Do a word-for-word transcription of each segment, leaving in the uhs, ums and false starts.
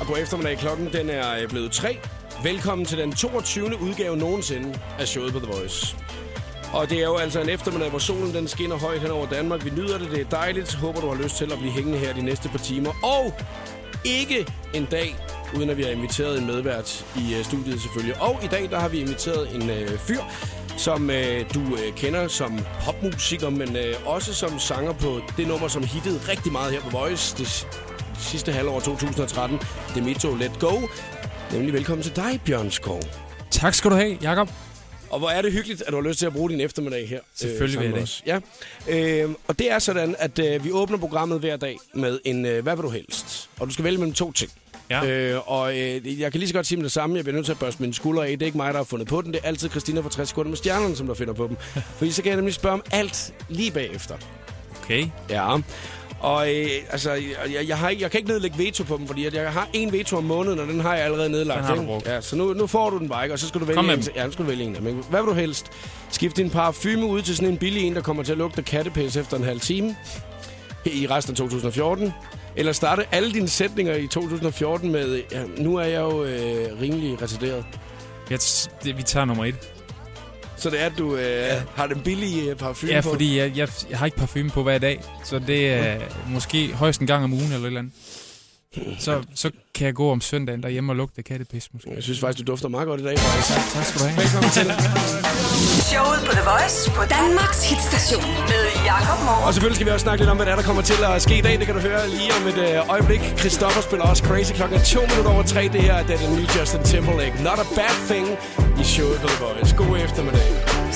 og god eftermiddag. Klokken den er blevet tre. Velkommen til den toogtyvende udgave nogensinde af showet på The Voice. Og det er jo altså en eftermiddag, hvor solen den skinner højt hen over Danmark. Vi nyder det, det er dejligt. Håber, du har lyst til at blive hængende her de næste par timer. Og ikke en dag, uden at vi har inviteret en medvært i uh, studiet selvfølgelig. Og i dag, der har vi inviteret en uh, fyr, som øh, du øh, kender som popmusiker, men øh, også som sanger på det nummer, som hittede rigtig meget her på Voice det sidste halvår to tusind og tretten. Demito Let Go. Nemlig velkommen til dig, Bjørn Skov. Tak skal du have, Jakob. Og hvor er det hyggeligt, at du har lyst til at bruge din eftermiddag her. Selvfølgelig øh, vil jeg det. Ja. Øh, og det er sådan, at øh, vi åbner programmet hver dag med en øh, hvad vil du helst? Og du skal vælge mellem to ting. Ja. Øh, og øh, jeg kan lige så godt sige med det samme. Jeg bliver nødt til at børste mine skuldre af. Det er ikke mig, der har fundet på den. Det er altid Christina fra tres sekunder med stjernerne, som der finder på dem. Fordi så kan jeg nemlig spørge om alt lige bagefter. Okay. Ja. Og øh, altså, jeg, jeg, har, jeg kan ikke nedlægge veto på dem, fordi jeg har en veto om måneden, og den har jeg allerede nedlagt. Den har du brugt. Ja, så nu, nu får du den bare, ikke? Og så skal du vælge en. Ja, nu skal du vælge en. Men hvad vil du helst? Skift din parfume ud til sådan en billig en, der kommer til at lugte kattepis efter en halv time i resten af to tusind og fjorten? Eller starte alle dine sætninger i to tusind og fjorten med, ja, nu er jeg jo øh, rimelig retarderet. Ja, det, vi tager nummer et. Så det er, at du øh, ja. har den billige øh, parfume ja, på? Ja, fordi jeg, jeg, jeg har ikke parfume på hver dag. Så det er mm. måske højst en gang om ugen eller et eller andet. Så, så kan jeg gå om søndagen derhjemme og lugte kattepis måske. Jeg synes faktisk, du dufter meget godt i dag. Tak, tak skal du have. Velkommen til. Showet på The Voice på Danmarks hitstation med Jakob Morup. Og selvfølgelig skal vi også snakke lidt om, hvad der, er, der kommer til at ske i dag. Det kan du høre lige om et øh, øjeblik. Christoffer spiller også Crazy klokken to minutter over tre. Det her det er den nye Justin Timberlake. Not a bad thing i showet på The Voice. God eftermiddag.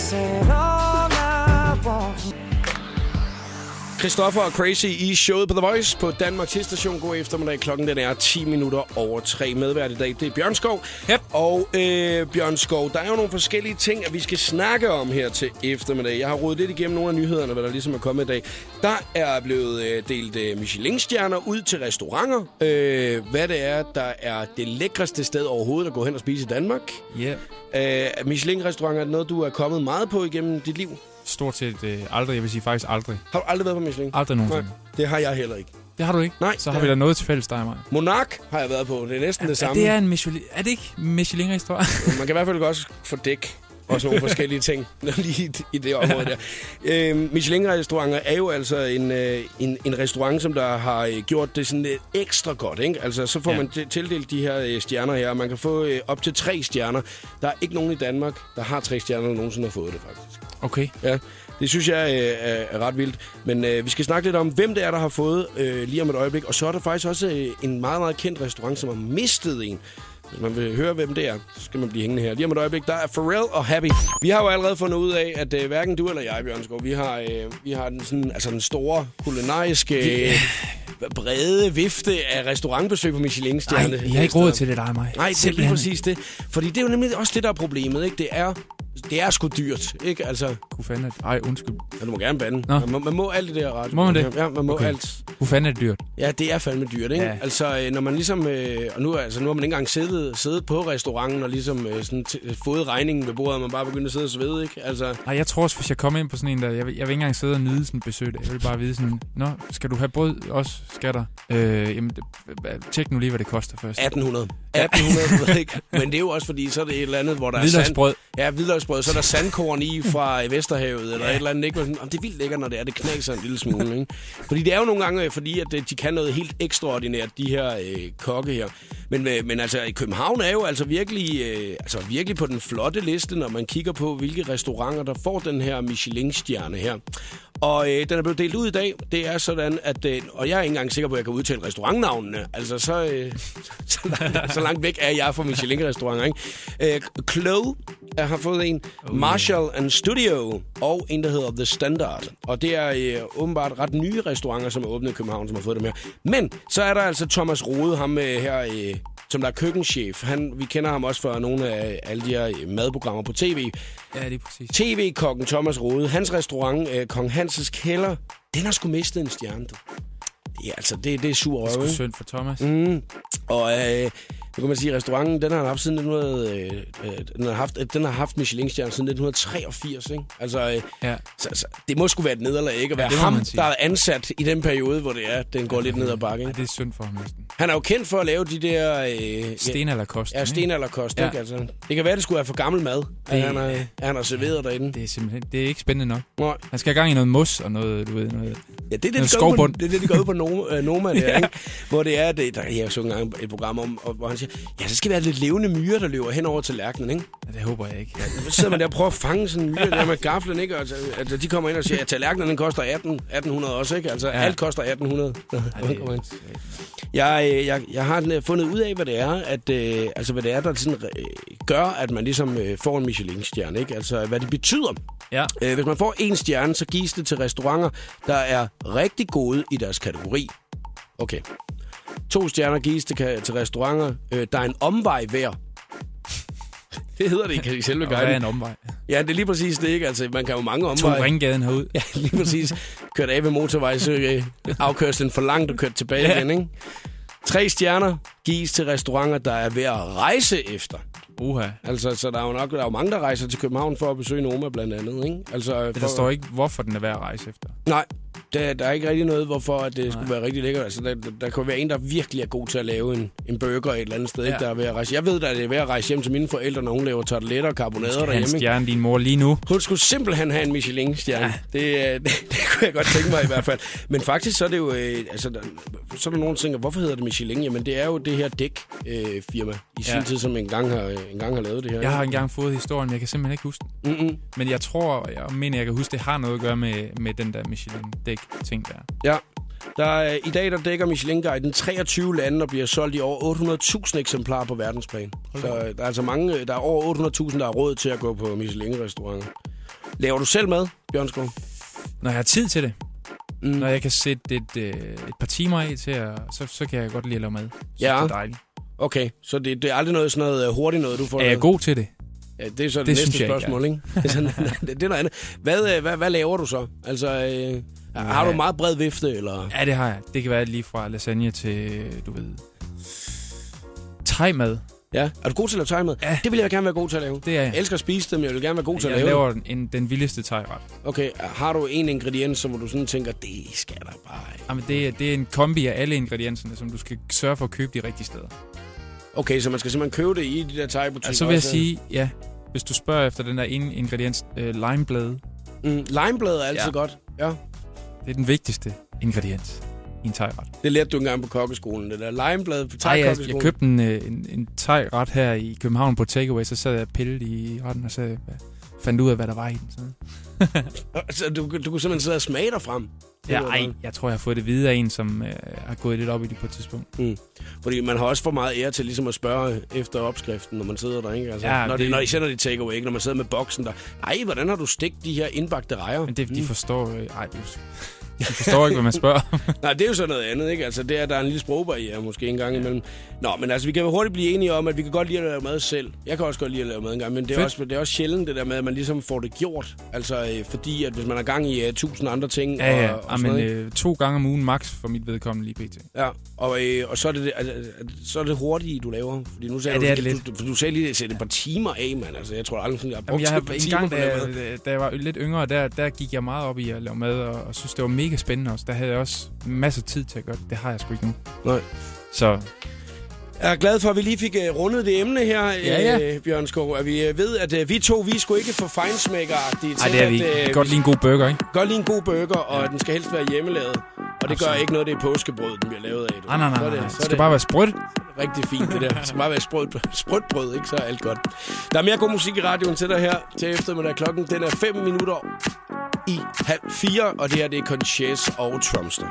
Christoffer og Crazy i showet på The Voice på Danmarks hitstation. God eftermiddag. Klokken den er ti minutter over tre. Medvært i dag, det er Bjørn Skov. Yep. Og øh, Bjørn Skov, der er jo nogle forskellige ting, at vi skal snakke om her til eftermiddag. Jeg har rodet lidt igennem nogle af nyhederne, hvad der ligesom er kommet i dag. Der er blevet øh, delt øh, Michelin-stjerner ud til restauranter. Øh, hvad det er, der er det lækreste sted overhovedet at gå hen og spise i Danmark. Ja. Yeah. Øh, Michelin-restauranter er noget, du er kommet meget på igennem dit liv? Stort set øh, aldrig. Jeg vil sige faktisk aldrig. Har du aldrig været på Michelin? Aldrig nogensinde. Nej, det har jeg heller ikke. Det har du ikke? Nej. Så har vi da noget til fælles, dig og mig. Monark har jeg været på. Det er næsten er, det samme. Er det er en Michelin? Er det ikke Michelin-restaurant? Man kan i hvert fald også få dæk. Og sådan nogle forskellige ting lige i det område der. Øh, Michelin-restauranter er jo altså en, en, en restaurant, som der har gjort det sådan lidt ekstra godt, ikke? Altså, så får ja. man tildelt de her stjerner her, og man kan få op til tre stjerner. Der er ikke nogen i Danmark, der har tre stjerner, der nogensinde har fået det, faktisk. Okay. Ja, det synes jeg øh, er, er ret vildt. Men øh, vi skal snakke lidt om, hvem det er, der har fået øh, lige om et øjeblik. Og så er der faktisk også øh, en meget, meget kendt restaurant, som har mistet en. Hvis man vil høre, hvem det er, så skal man blive hængende her. Lige om et øjeblik, der er Pharrell og Happy. Vi har jo allerede fundet ud af, at øh, hverken du eller jeg, Bjørn Skov, vi har, øh, vi har den, sådan, altså den store kulinariske, øh, brede vifte af restaurantbesøg på Michelin-stjerne. Nej, jeg har ikke råd til det, der er mig. Nej, det er lige præcis det. Fordi det er jo nemlig også det, der er problemet, ikke? Det er... Det er sgu dyrt, ikke? Altså... Hvor fanden er det? Ej, undskyld. Ja, du må gerne bande. Man må, man må alt det der ret. Må man det? Ja, man må okay. alt. Hvor fanden er det dyrt? Ja, det er fandme dyrt, ikke? Ja. Altså, når man ligesom... Øh, og nu, altså, nu har man ikke engang siddet, siddet på restauranten og ligesom øh, sådan t- fået regningen ved bordet, og man bare begynder at sidde og svede, ikke? Altså... Nej, jeg tror også, hvis jeg kommer ind på sådan en der... Jeg vil, jeg vil ikke engang sidde og nyde sådan et besøg der. Jeg vil bare vide sådan... Nå, skal du have brød også, skatter? Øh, jamen, tjek nu lige, hvad det koster først. atten hundrede. atten hundrede, ved ikke. Men det er jo også fordi, så er det et eller andet, hvor der er sand... Ja, hvidløgsbrød. Så er der sandkorn i fra Vesterhavet, eller ja. et eller andet, ikke? Og det er vildt lækkert, når det er, det knaser en lille smule, ikke? Fordi det er jo nogle gange, fordi at de kan noget helt ekstraordinært, de her øh, kokke her. Men, men altså, København er jo altså virkelig, øh, altså virkelig på den flotte liste, når man kigger på, hvilke restauranter, der får den her Michelin-stjerne her. Og øh, den er blevet delt ud i dag. Det er sådan, at... Øh, og jeg er ikke engang sikker på, at jeg kan udtale restaurantnavnene. Altså, så, øh, så, langt, så langt væk er jeg fra Michelin-restauranter, ikke? Øh, Clo har fået en. Oh, Marshall yeah. and Studio. Og en, der hedder The Standard. Og det er øh, åbenbart ret nye restauranter, som er åbnet i København, som har fået dem her. Men så er der altså Thomas Rode, ham øh, her... Øh, som der er køkkenchef. Han, vi kender ham også fra nogle af alle de her madprogrammer på tv. Ja, det er præcis. T V-kokken Thomas Rode, hans restaurant, øh, Kong Hans' Kælder, den har sgu mistet en stjerne. Det er altså, det, det er sur røv. Det er sgu synd for Thomas. Mm. Og øh, det kan man sige, restauranten, den har haft siden nitten hundrede, øh, den har haft, den har haft Michelin-stjerne siden nitten treogfirs, ikke? Altså, øh, ja. så, så, det må sgu være et nederlag, ikke? At være ja, ham, der er ansat i den periode, hvor det er, den går ja, lidt ned ad bakke, ikke? Ja, det er synd for ham næsten. Han er jo kendt for at lave de der... Øh, stenalderkost. Ja, stenalderkost, ja. ikke? Altså, det kan være, det skulle være for gammel mad, det, at han har, han har serveret ja, derinde. Det er simpelthen det er ikke spændende nok. Nej. Han skal have gang i noget mos og noget, du ved, noget... Ja, det er det, de går på, det er det, de går ud på Noma, Noma der, ja. Ikke? Hvor det er, det, der jeg har så engang et program om, hvor han siger, ja, så skal være lidt levende myrer, der løber hen over tallerkenen, ikke? Ja, det håber jeg ikke. Ja, så sidder man der og prøver at fange sådan en myre der med gaflen, ikke? Og altså, altså, de kommer ind og siger, at tallerkenen den koster atten hundrede også, ikke? Altså, ja. Alt koster atten hundrede. Ja, det, jeg, jeg, jeg har fundet ud af, hvad det er, at, øh, altså, hvad det er, der sådan, øh, gør, at man ligesom øh, får en Michelin-stjerne, ikke? Altså, hvad det betyder. Ja. Øh, hvis man får en stjerne, så gives det til restauranter, der er rigtig gode i deres kategori. Okay. To stjerner gives til, til restauranter, øh, der er en omvej værd. Det hedder det i selve guiden. Hvad er en omvej? Ja, det er lige præcis det, ikke? Altså, man kan jo mange omveje. To ringgaden herud. Ja, lige præcis. Kørt af ved motorvej, så øh, afkørslen for langt og kørt tilbage ja. igen, ikke? Tre stjerner gives til restauranter, der er ved at rejse efter. Uha. Altså, så der er jo nok der er jo mange, der rejser til København for at besøge Noma, blandt andet, ikke? Altså, for... Der står ikke, hvorfor den er værd at rejse efter. Nej, der, der er ikke rigtig noget, hvorfor at det Nej. skulle være rigtig lækkert. Altså, der, der, der kan være en, der virkelig er god til at lave en, en burger et eller andet sted, ja. Ikke? Der er ved at rejse. Jeg ved, at det er ved at rejse hjem til mine forældre, når hun laver tarteletter og karbonader derhjemme. Hun skal have en stjerne, din mor, lige nu. Hun skulle simpelthen have en Michelin-stjerne. Ja. Det, det, det kunne jeg godt tænke mig i hvert fald. Men faktisk så er det jo... Øh, altså, der, så er der nogen, der tænker, hvorfor hedder det Michelin? Jamen, det er jo det her dæk-firma øh, i sin ja. tid, som engang har, engang har lavet det her. Jeg har engang fået historien, men jeg kan simpelthen ikke huske den. Mm-hmm. Men jeg tror, jeg mener, jeg kan huske, det har noget at gøre med, med den der Michelin-dæk-ting der. Ja. Der, I dag der dækker Michelin-guiden treogtyve lande og bliver solgt i over otte hundrede tusind eksemplarer på verdensplan. Okay. Så der er altså mange, der er over otte hundrede tusind, der har råd til at gå på Michelin-restauranter. Laver du selv mad, Bjørnskov? Når jeg har tid til det. Mm. Når jeg kan sætte et, et, et par timer af til, at, så, så kan jeg godt lide at lave mad. Så ja. Det er dejligt. Okay, så det, det er aldrig noget sådan noget hurtigt noget, du får. Er jeg god til det? Ja, det er så det, det næste spørgsmål, ikke? Det er, sådan, det er noget andet. Hvad, hvad, hvad laver du så? Altså, øh, ja. Har du meget bred vifte, eller? Ja, det har jeg. Det kan være lige fra lasagne til, du ved, thai-mad. Ja, er du god til at lave thai-mad? Ja. Det vil jeg gerne være god til at lave. Det er jeg. Jeg elsker at spise dem, jeg vil gerne være god ja, til at lave lave Jeg laver en, den vildeste thai-ret. Okay, har du en ingrediens, hvor du sådan tænker, det skal der bare... Jamen, det er, det er en kombi af alle ingredienserne, som du skal sørge for at købe de rigtige steder. Okay, så man skal simpelthen købe det i de der thai-butikker? Ja, så vil jeg sige, ja. Hvis du spørger efter den der ene ingrediens, øh, limeblade. Mm, limeblade er altid ja. godt, ja. Det er den vigtigste ingrediens i en thai-ret. Det lærte du engang på kokkeskolen, det der limeblade på thai-kokkeskolen. Jeg, jeg købte en, en, en thai-ret her i København på takeaway, så sad jeg og pillede i retten, og så fandt ud af, hvad der var i den. Sådan. Så du, du kunne simpelthen sidde og smage dig frem? Ja, ej, jeg tror, jeg har fået det videre af en, som øh, har gået lidt op i det på et tidspunkt. Mm. Fordi man har også for meget ære til ligesom at spørge efter opskriften, når man sidder der, ikke? Altså, ja, når, det... de, når de sender de takeaway, ikke? Når man sidder med boksen der. Ej, hvordan har du stegt de her indbagte rejer? Men det, de forstår... Øh, ej, det de forstår ikke, hvad man spørger. Nej, det er jo så noget andet, ikke? Altså, det er, der er en lille sprogbarriere måske en gang imellem. Nå, men altså, vi kan jo hurtigt blive enige om, at vi kan godt lide at lave mad selv. Jeg kan også godt lide at lave mad en gang, men det er, også, det er også sjældent det der med, at man ligesom får det gjort. Altså, øh, fordi at hvis man har gang i uh, tusind andre ting... Ja, ja. Og, og ja men øh, to gange om ugen max for mit vedkommende lige pt. Ja, og, øh, og så, er det, altså, så er det hurtigt, du laver. Fordi nu sagde ja, du, det du, du, du sagde lige, at sætte et par timer af, mand. Altså, jeg tror aldrig, jeg har brugt Jamen, jeg et par en timer gang, på da, det jeg, da jeg var lidt yngre, der, der gik jeg meget op i at lave mad, og, og synes, det var mega spændende også. Der havde jeg også masser af tid til at gøre det. Det har jeg sgu ikke nu. Nej. Så... Jeg er glad for, at vi lige fik uh, rundet det emne her, ja, ja. Uh, Bjørnskov. At vi uh, ved, at uh, vi to, vi er sgu ikke for feinsmækker-agtige. Nej, det er vi ikke. Uh, godt lide en god burger, ikke? Godt lide en god burger, og ja. Den skal helst være hjemmelavet. Og det Absolut. Gør ikke noget, det er påskebrød, den bliver lavet af. Nej, nej, nej. Så det, det, så det skal det bare være sprødt. Rigtig fint, det der. Det skal bare være sprødt, sprødt ikke? Så er alt godt. Der er mere god musik i radioen til dig her til eftermiddag. Klokken den er fem minutter i halv fire, og det her det er Conchess og Trumpster.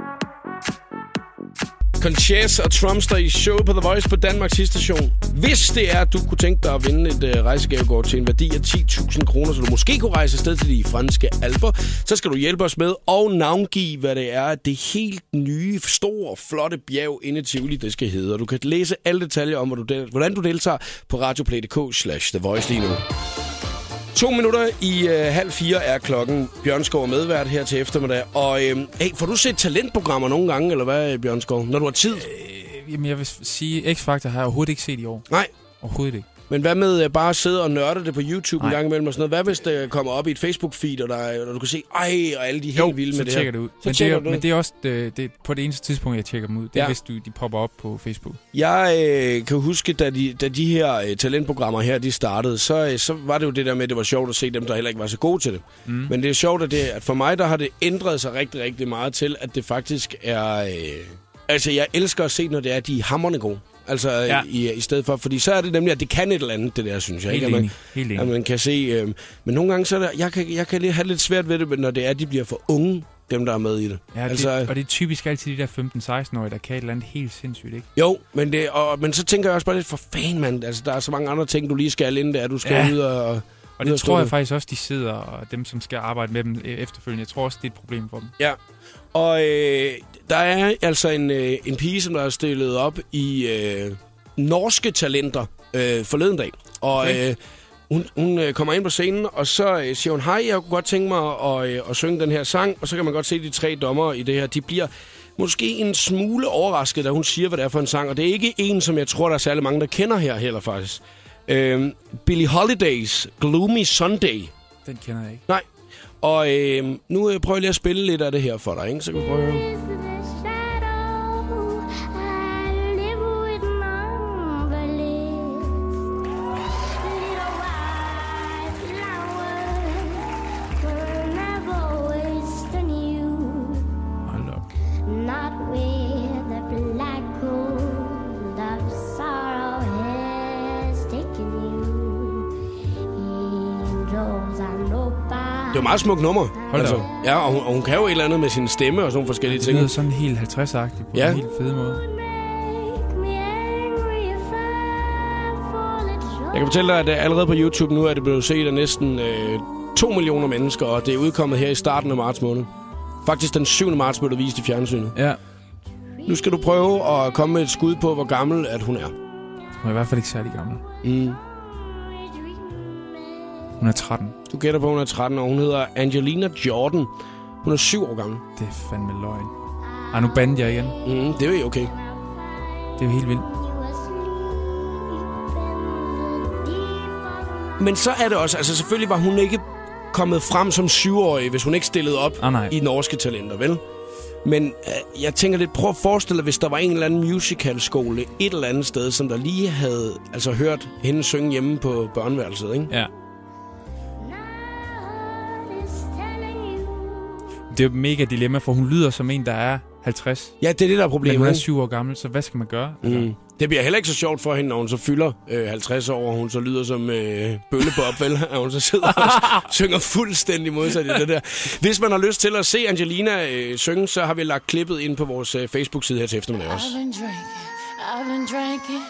Conchess og Trumpster i show på The Voice på Danmarks hitstation. Hvis det er, at du kunne tænke dig at vinde et uh, rejsegavekort til en værdi af ti tusind kroner, så du måske kunne rejse afsted til de franske alper, så skal du hjælpe os med og navngive, hvad det er, det helt nye, store, flotte bjerg inde i Tivoli, det skal hedde. Og du kan læse alle detaljer om, hvordan du deltager på radioplay punktum dk slash The Voice lige nu. To minutter i øh, halv fire er klokken. Bjørnskov er medvært her til eftermiddag. Og øh, hey, får du set talentprogrammer nogle gange, eller hvad, Bjørnskov? Når du har tid? Øh, jamen, jeg vil sige, X-Factor har jeg overhovedet ikke set i år. Nej. Overhovedet ikke. Men hvad med uh, bare at sidde og nørde det på YouTube Nej. en gang imellem og sådan noget? Hvad hvis det kommer op i et Facebook-feed, og, der, og du kan se, ej, og alle de helt jo, vilde med det her? så tjekker det ud. Så men, det er, det men det er også det, det, på det eneste tidspunkt, jeg tjekker dem ud. Det er, ja. hvis du, de popper op på Facebook. Jeg øh, kan huske, da de, da de her øh, talentprogrammer her, de startede, så, øh, så var det jo det der med, at det var sjovt at se dem, der heller ikke var så gode til det. Mm. Men det er sjovt, at, det, at for mig, der har det ændret sig rigtig, rigtig meget til, at det faktisk er... Øh, altså, jeg elsker at se, når det er, de er hamrende gode. Altså, ja. i, i stedet for... Fordi så er det nemlig, at det kan et eller andet, det der, synes jeg. Helt ikke? At man, enig. Helt enig. at man kan se... Øh, men nogle gange, så er der, jeg kan, jeg kan have lidt svært ved det, når det er, at de bliver for unge, dem, der er med i det. Ja, altså, det, og det er typisk altid de der femten-seksten-årige, der kan et eller andet helt sindssygt, ikke? Jo, men, det, og, men så tænker jeg også bare lidt for fan, mand. Altså, der er så mange andre ting, du lige skal inden der. Du skal ja. ud og... Og det tror jeg faktisk også, de sidder, og dem, som skal arbejde med dem efterfølgende, jeg tror også, det er et problem for dem. Ja, og øh, der er altså en, øh, en pige, som der er stillet op i øh, Norske Talenter øh, forleden dag. Og okay. øh, hun, hun øh, kommer ind på scenen, og så øh, siger hun, hej, jeg kunne godt tænke mig at, øh, at synge den her sang. Og så kan man godt se de tre dommere i det her. De bliver måske en smule overrasket, da hun siger, hvad det er for en sang. Og det er ikke en, som jeg tror, der er særlig mange, der kender her heller faktisk. Øh, Billie Holidays Gloomy Sunday. Den kender jeg ikke. Nej. Og øh, nu øh, prøver jeg lige at spille lidt af det her for dig, ikke? Så kan vi prøve at høre. Det er jo meget smukt nummer. Hold altså, ja, og hun, og hun kan jo et eller andet med sin stemme og sådan nogle forskellige ting. Det lyder sådan helt halvtreds-agtigt på ja. en helt fed måde. Jeg kan fortælle dig, at allerede på YouTube nu er det blevet set af næsten øh, to millioner mennesker, og det er udkommet her i starten af marts måned. Faktisk den syvende marts blev det vist i fjernsynet. Ja. Nu skal du prøve at komme med et skud på, hvor gammel at hun er. Hun er i hvert fald ikke særlig gammel. Mm. Hun er tretten. Du gætter på, hun er tretten, og hun hedder Angelina Jordan. Hun er syv år gammel. Det er fandme løgn. Ej, nu bandede jeg igen. Mm, det er jo okay. Det er jo helt vildt. Men så er det også, altså selvfølgelig var hun ikke kommet frem som syvårig, hvis hun ikke stillede op ah, i Norske Talenter, vel? Men øh, jeg tænker lidt, prøv at forestille dig, hvis der var en eller anden musicalskole et eller andet sted, som der lige havde altså hørt hende synge hjemme på børneværelset, ikke? Ja. Det er jo mega dilemma, for hun lyder som en, der er halvtreds. Ja, det er det, der er problemet. Men hun er syv år gammel, så hvad skal man gøre? Mm. Det bliver heller ikke så sjovt for hende, når hun så fylder øh, halvtreds år, og hun så lyder som øh, bøllebop, vel? Og hun så sidder og synger fuldstændig modsat i det der. Hvis man har lyst til at se Angelina øh, synge, så har vi lagt klippet ind på vores øh, Facebook-side her til eftermiddag også. I've been drinking, I've been drinking.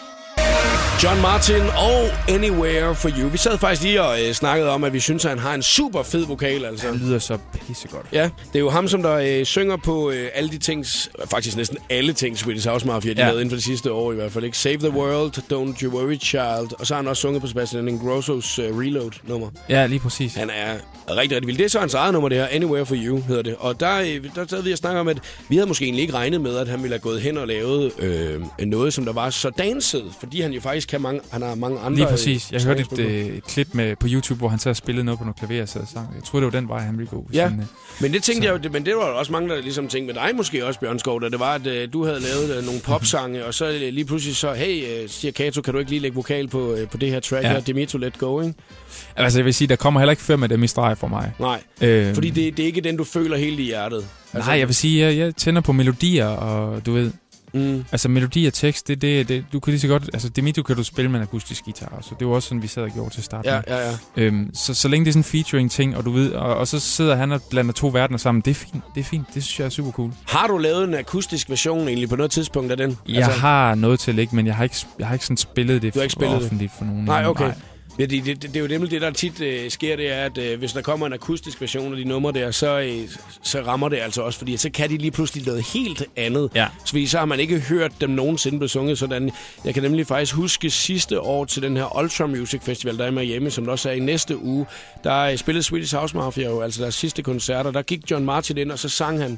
John Martin og Anywhere for You. Vi sad faktisk lige og øh, snakkede om, at vi synes, at han har en super fed vokal. Altså. Det lyder så pissegodt. Ja, det er jo ham, som der øh, synger på øh, alle de ting, faktisk næsten alle ting, Swedish House Mafia, de ja. lavede inden for det sidste år i hvert fald. Ikke? Save the World, Don't You Worry Child. Og så har han også sunget på Sebastian Ingrossos uh, Reload-nummer. Ja, lige præcis. Han er rigtig, rigtig vild. Det er så hans eget nummer, det her. Anywhere for You hedder det. Og der, øh, der sad vi og snakke om, at vi havde måske egentlig ikke regnet med, at han ville have gået hen og lavet øh, noget, som der var så danset. Fordi han jo faktisk kan mange, han har mange andre... Lige præcis. Jeg hørte et, øh, et klip med på YouTube, hvor han så spillede noget på nogle klaver og sad og sang. Jeg troede, det var den vej, han ville gå. Ja, sådan, øh, men det tænkte så. jeg jo, men det var også mange, der ligesom tænkte med dig måske også, Bjørn Skov, da det var, at øh, du havde lavet øh, nogle popsange, og så øh, lige pludselig så, hey, øh, siger Kato, kan du ikke lige lægge vokal på, øh, på det her track ja. her, Dimitro Let Go, ikke? Altså, jeg vil sige, der kommer heller ikke før med dem i streg for mig. Nej, øhm, fordi det, det er ikke den, du føler helt i hjertet. Altså, nej, jeg vil sige, jeg, jeg tænder på melodier, og du ved... Mm. Altså melodi og tekst, det, det, det, du kan lige så godt... Altså Dimitro kan du spille med en akustisk guitar, så det var også sådan, vi sad og gjorde til starten. Ja, ja, ja. Øhm, så, så længe det er sådan en featuring-ting, og du ved, og, og så sidder han og blander to verdener sammen, det er fint, det er fint, det synes jeg er super cool. Har du lavet en akustisk version egentlig på noget tidspunkt af den? Jeg altså... har noget til at lægge, men jeg har ikke, jeg har ikke sådan spillet det, du har ikke spillet for, offentligt for nogen. Nej, okay. Nej. Ja, det, det, det er jo nemlig det, der tit øh, sker, det er, at øh, hvis der kommer en akustisk version af de numre der, så, øh, så rammer det altså også, fordi så kan de lige pludselig noget helt andet. Ja. Så, så har man ikke hørt dem nogensinde blive sunget sådan. Jeg kan nemlig faktisk huske sidste år til den her Ultra Music Festival, der er i Miami, som der også er i næste uge. Der spillede Swedish House Mafia jo, altså deres sidste koncerter. Der gik John Martin ind, og så sang han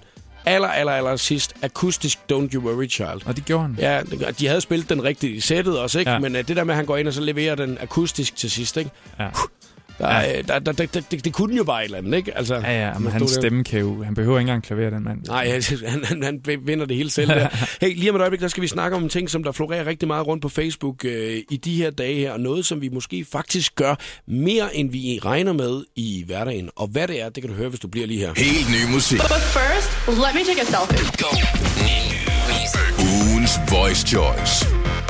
aller, aller, aller sidst akustisk Don't You Worry Child. Og det gjorde han. Ja, de havde spillet den rigtigt i sættet også, ikke? Ja. Men uh, det der med, at han går ind og så leverer den akustisk til sidst, ikke? Ja. Der, Ja. der, der, der, der, det, det kunne den jo bare et eller andet, ikke? Altså, Ja, ja, men man hans stod der- stemme kan jo... Han behøver ikke engang klavere, den mand. Nej, han, han, han vinder det hele selv der. Hey, lige om et øjeblik, der skal vi snakke om en ting, som der florerer rigtig meget rundt på Facebook øh, i de her dage her. Og noget, som vi måske faktisk gør mere, end vi regner med i hverdagen. Og hvad det er, det kan du høre, hvis du bliver lige her. Helt ny musik. But first, let me take a selfie. Go. Ugens Voice Choice.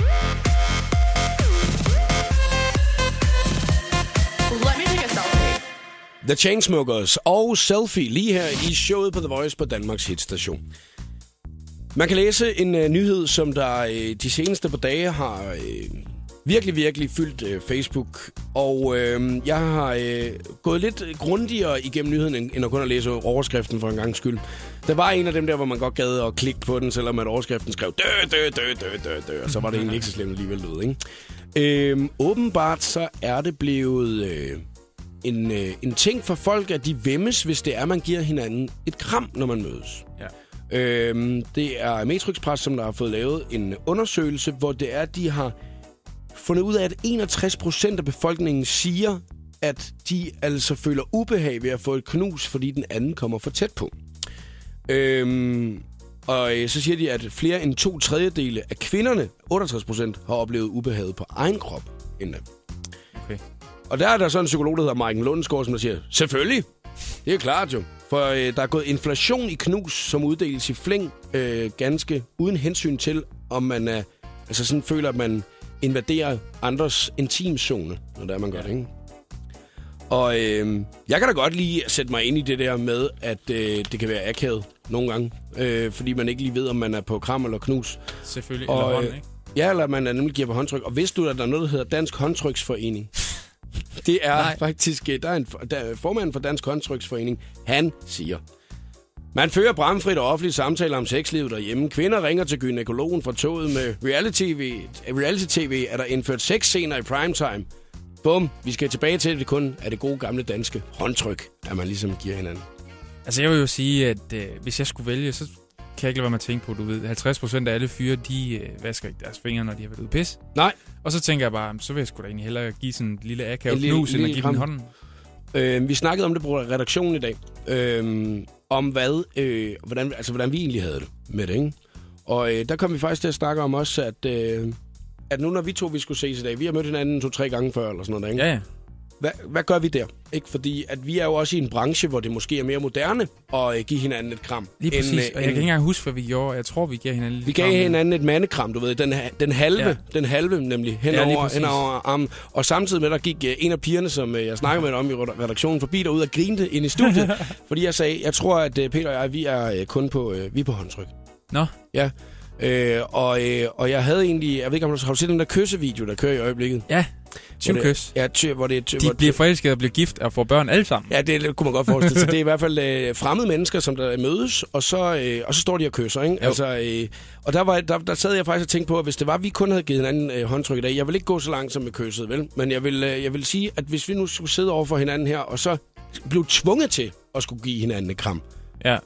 Let me take a selfie. The Chainsmokers og Selfie lige her i showet på The Voice på Danmarks hitstation. Man kan læse en uh, nyhed, som der uh, de seneste par dage har uh, virkelig, virkelig fyldt uh, Facebook. Og uh, jeg har uh, gået lidt grundigere igennem nyheden, end, end at kun at læse overskriften for en gang skyld. Der var en af dem der, hvor man godt gad at klikke på den, selvom at overskriften skrev dø, dø, dø, dø, dø, dø. Og så var det egentlig ikke så slemt alligevel, du ved, ikke? Uh, åbenbart så er det blevet... Uh, En, øh, en ting for folk, at de væmmes, hvis det er, man giver hinanden et kram, når man mødes. Ja. Øhm, det er Matrix Press, som der har fået lavet en undersøgelse, hvor det er, at de har fundet ud af, at enogtres procent af befolkningen siger, at de altså føler ubehag ved at få et knus, fordi den anden kommer for tæt på. Øhm, og øh, så siger de, at flere end to tredjedele af kvinderne, otteogtres procent, har oplevet ubehaget på egen krop. Endda. Okay. Og der er der så en psykolog, der hedder Maiken Lundsgaard, som der siger, selvfølgelig, det er klart jo. For øh, der er gået inflation i knus, som uddeles i flæng, øh, ganske uden hensyn til, om man er, altså sådan føler, at man invaderer andres intimzone, når det er, man gør det, ikke? Og øh, jeg kan da godt lige sætte mig ind i det der med, at øh, det kan være akavet nogle gange, øh, fordi man ikke lige ved, om man er på kram eller knus. Selvfølgelig. Og, Eller hånd, øh, ikke? Ja, eller man er nemlig giver på håndtryk. Og vidste du, at der er noget, der hedder Dansk Håndtryksforening? Det er Nej. faktisk, der er en der er formanden for Dansk Håndtryksforening. Han siger, man fører bramfrit og offentlige samtaler om sexlivet derhjemme. Kvinder ringer til gynækologen fra toget med reality-tv. Reality-tv er der indført sexscener i primetime. Bum, vi skal tilbage til, at det kun er det gode gamle danske håndtryk, at man ligesom giver hinanden. Altså, jeg vil jo sige, at øh, hvis jeg skulle vælge, så kan jeg ikke lade være med at tænke på, du ved, halvtreds procent af alle fyre, de øh, vasker ikke deres fingre, når de har været ude pis. Nej. Og så tænker jeg bare, så vil jeg sgu da egentlig hellere give sådan en lille akavet En lille- knus, end at lille give den kram. hånden. Øh, vi snakkede om det på redaktionen i dag. Øh, om hvad, øh, hvordan, altså, hvordan vi egentlig havde det med det, ikke? Og øh, der kom vi faktisk til at snakke om også, at, øh, at nu når vi to vi skulle ses i dag, vi har mødt hinanden to-tre gange før, eller sådan noget, ikke? Ja, ja. Hvad, hvad gør vi der? Ikke? Fordi at vi er jo også i en branche, hvor det måske er mere moderne at øh, give hinanden et kram. Lige præcis. End, Og øh, jeg kan end- ikke engang huske, hvad vi gjorde. Jeg tror, vi gav hinanden lidt Vi gav kram. hinanden et mandekram, du ved. Den, ha- den halve, Ja. den halve nemlig, Ja, lige henover, præcis. henover armen. Og samtidig med, der gik uh, en af pigerne, som uh, jeg snakkede med om i redaktionen, forbi derude og grinte ind i studiet. Fordi jeg sagde, jeg tror, at uh, Peter og jeg, vi er uh, kun på, uh, vi er på håndtryk. Nå, Ja. Øh, og, øh, og jeg havde egentlig, jeg ved ikke, om du har du set den der kyssevideo, der kører i øjeblikket? ja. Hvor det- Tyvkys. Ja, ty, hvor det er... Ty, De hvor, bliver forelsket og bliver gift og får børn alle sammen. Ja, det, det kunne man godt forestille sig. Det er i hvert fald øh, fremmede mennesker, som der mødes, og så, øh, og så står de og kysser, ikke? Jo. Altså, øh, og der, var, der, der sad jeg faktisk og tænkte på, at hvis det var, at vi kun havde givet hinanden øh, håndtryk i dag, jeg vil ikke gå så langt som med kysset, vel? Men jeg vil, øh, jeg vil sige, at hvis vi nu skulle sidde over for hinanden her, og så blev tvunget til at skulle give hinanden et kram, Ja,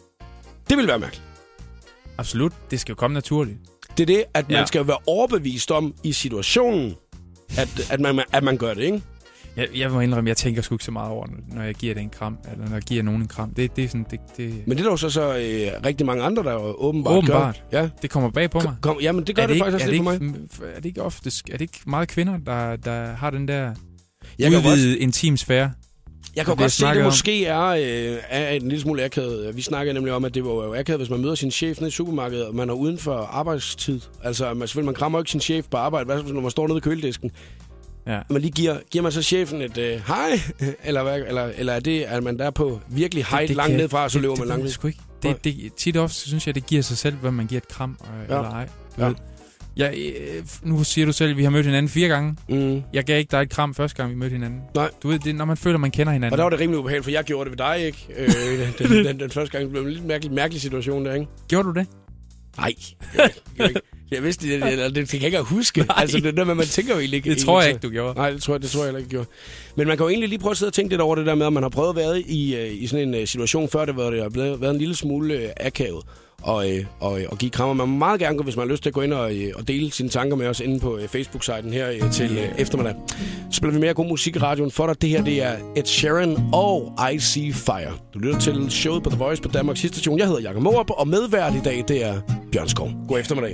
det ville være mærkeligt. absolut. Det skal jo komme naturligt. Det er det, at man Ja. skal være overbevist om i situationen, at, at, man, at man gør det, ikke? Jeg, jeg må indrømme, jeg tænker sgu ikke så meget over, når jeg giver det en kram, eller når jeg giver nogen en kram. Det, det er sådan, det, det, Men det er der jo så, så øh, rigtig mange andre, der jo åbenbart, Åbenbart. gør. Ja. det kommer bag på mig. Kom, jamen, det gør er det, det, det ikke, faktisk er, også det lidt ikke, for mig. er det ikke ofte, er det ikke meget kvinder, der, der har den der Jeg kan, godt, udvidede intim sfære? jeg kan det, jeg godt se, at snakkede det om. måske er, øh, er en lille smule akavet. Vi snakkede nemlig om, at det var jo akavet, hvis man møder sin chef nede i supermarkedet, og man er uden for arbejdstid. Altså, man, selvfølgelig, man krammer jo ikke sin chef på arbejde. Hvad så, når man står nede i køledisken? Ja. Man lige giver, giver man så chefen et øh, hej? Eller, hvad, eller, eller er det, at man der på virkelig hej langt kan- nedfra, og så det, løber det, man det, langt ved ned? jeg sgu ikke. Det, det, tit og ofte synes jeg, det giver sig selv, hvad man giver et kram øh, Ja. eller ej. Du Ja. ved. Jeg, øh, nu siger du selv, at vi har mødt hinanden fire gange. Mm. Jeg gav ikke dig et kram første gang, vi mødte hinanden. Nej. Du ved, det er, når man føler, man kender hinanden. Og der var det rimelig ubehageligt, for jeg gjorde det ved dig, ikke? Øh, den, den, den, den første gang blev en lidt mærkelig, mærkelig situation der, ikke? Gjorde du det? Nej, jeg, jeg, jeg vidste det, eller det, det kan jeg ikke huske. Nej. Altså, det er noget, man tænker jo egentlig ikke. Det tror jeg ikke, du gjorde. Nej, det tror jeg, det tror jeg heller ikke, gjorde. Men man kan jo egentlig lige prøve at sidde og tænke lidt over det der med, at man har prøvet at være i, i sådan en situation før, det, hvor det har været en lille smule akavet. Og, og, og give krammer. Man må meget gerne gå, hvis man har lyst til at gå ind og, og dele sine tanker med os inde på Facebook-siden her til uh, eftermiddag. Så spiller vi mere god musik i radioen for dig. Det her, det er Ed Sheeran og I See Fire. Du lytter til showet på The Voice på Danmarks Station. Jeg hedder Jakob Morup, og medvært i dag, det er Bjørn Skov. God eftermiddag.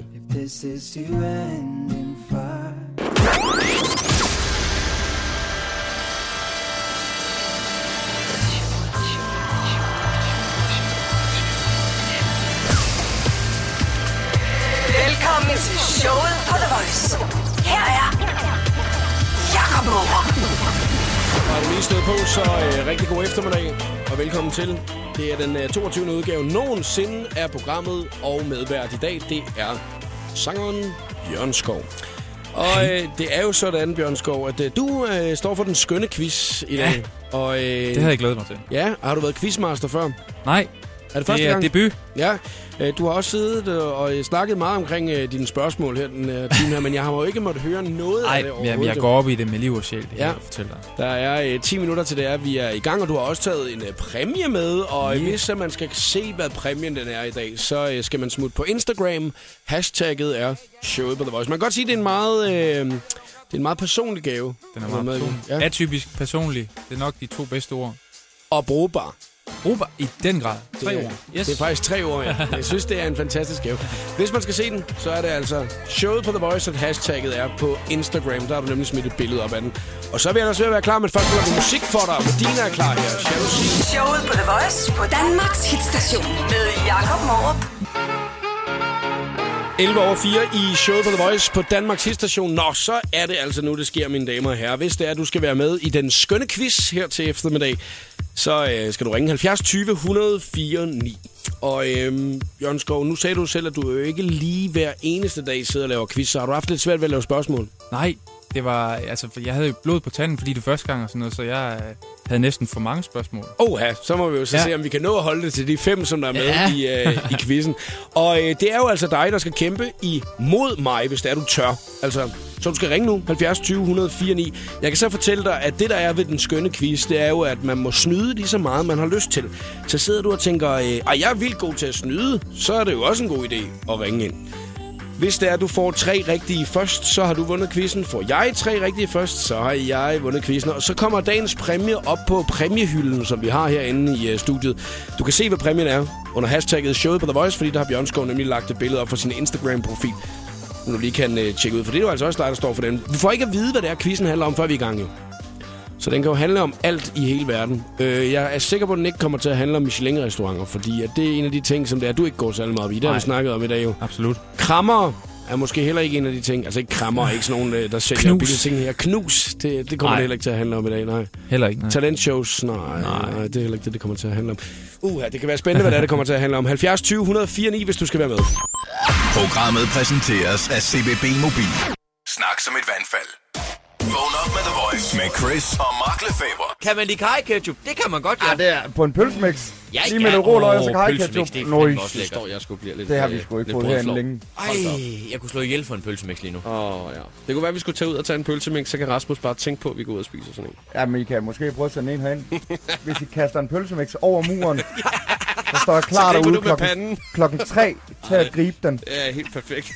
Velkommen til showet på The Voice. Her er Jakob Morup. Har du lige stået på, så øh, rigtig god eftermiddag, og velkommen til. Det er den øh, toogtyvende udgave nogensinde af programmet, og medvært i dag, det er sangeren Bjørn Skov. Og øh, det er jo sådan, Bjørn Skov, at øh, du øh, står for den skønne quiz i dag. Ja, og, øh, det havde jeg glædet mig til. Ja, har du været quizmaster før? Nej. Er det første det er gang? Debut. Ja, du har også siddet og snakket meget omkring dine spørgsmål her den time her, men jeg har jo ikke måttet høre noget Ej, af det overhovedet. Nej, jeg går op i det med liv og sjæl, det ja. Jeg fortæller dig. Der er ti minutter til det er, vi er i gang, og du har også taget en præmie med, og yeah. hvis man skal se, hvad præmien den er i dag, så skal man smutte på Instagram. Hashtagget er showet på The Voice. Man kan godt sige, at det er en meget... Øh, det er en meget personlig gave. Den er meget personlig. Ja. Atypisk personlig. Det er nok de to bedste ord. Og brugbar. Brugbar i den grad. Tre det er, år. Yes. Det er faktisk tre år, ja. Jeg synes, det er en fantastisk gave. Hvis man skal se den, så er det altså showet på The Voice, at hashtagget er på Instagram. Der har du nemlig smidt et billede op af den. Og så vil jeg også være klar, men først bliver musik for dig. Medina er klar her. Showet på The Voice på Danmarks hitstation med Jakob Morup. elleve over fire i showet på The Voice på Danmarks hitstation. Nå, så er det altså nu, det sker, mine damer og herrer. Hvis det er, at du skal være med i den skønne quiz her til eftermiddag, så øh, skal du ringe halvfjerds tyve et hundrede fire ni. Og øhm, Bjørn Skov, nu sagde du selv, at du jo ikke lige hver eneste dag sidder og laver quiz. Så har du haft lidt svært ved at lave spørgsmål? Nej, det var... Altså, jeg havde jo blod på tanden, fordi det første gang og sådan noget, så jeg øh, havde næsten for mange spørgsmål. Oha, så må vi jo så ja. se, om vi kan nå at holde det til de fem, som der er med ja. i, øh, i quizzen. Og øh, det er jo altså dig, der skal kæmpe imod mig, hvis det er, du tør. Altså... Så du skal ringe nu, halvfjerds tyve et hundrede fire ni. Jeg kan så fortælle dig, at det, der er ved den skønne quiz, det er jo, at man må snyde lige så meget, man har lyst til. Så sidder du og tænker, at jeg er vildt god til at snyde, så er det jo også en god idé at ringe ind. Hvis det er, at du får tre rigtige først, så har du vundet quizzen. Får jeg tre rigtige først, så har jeg vundet quizzen. Og så kommer dagens præmie op på præmiehylden, som vi har herinde i uh, studiet. Du kan se, hvad præmien er under hashtagget showet på The Voice, fordi der har Bjørn Skov nemlig lagt et billede op for sin Instagram-profil. Du lige kan uh, tjekke ud, for det er jo altså også dig, der står for den. Vi får ikke at vide, hvad det er, quizzen handler om, før vi er i gang, jo. Så den kan jo handle om alt i hele verden. Uh, jeg er sikker på, at den ikke kommer til at handle om Michelin-restauranter, fordi at det er en af de ting, som det er, du ikke går særlig meget op i. Det har vi snakket om i dag, jo. Absolut. Krammer er måske heller ikke en af de ting. Altså ikke krammer, ikke sådan nogen, der sælger billige ting her. Knus, det, det kommer nej. det heller ikke til at handle om i dag, nej. Heller ikke, nej. Talentshows, nej, nej. nej, det er heller ikke det, det kommer til at handle om. Uha, det kan være spændende, hvad det er, det kommer til at handle om. halvfjerds tyve et hundrede fire ni, hvis du skal være med. Programmet præsenteres af C B B Mobil. Snak som et vandfald. Vågn op med The Voice med Chris og Mark Lefebvre. Kan man lide karry-ketchup? Det kan man godt, ja. Ja, det er på en pølsemix. Ja, lige med noget råløg og så karry-ketchup. Nøj, det står jeg skulle blive lidt. Det har vi sgu ikke fået herinde længe. Ej, jeg kunne slå ihjel for en pølsemix lige nu. Åh, oh, ja. Det kunne være, at vi skulle tage ud og tage en pølsemix, så kan Rasmus bare tænke på, at vi går ud og spiser sådan en. Ja, men I kan måske prøve at sende en herind. Hvis I kaster en pølsemix over muren, så står jeg klar derude klokken, klokken tre til at gribe den. Ja, helt perfekt.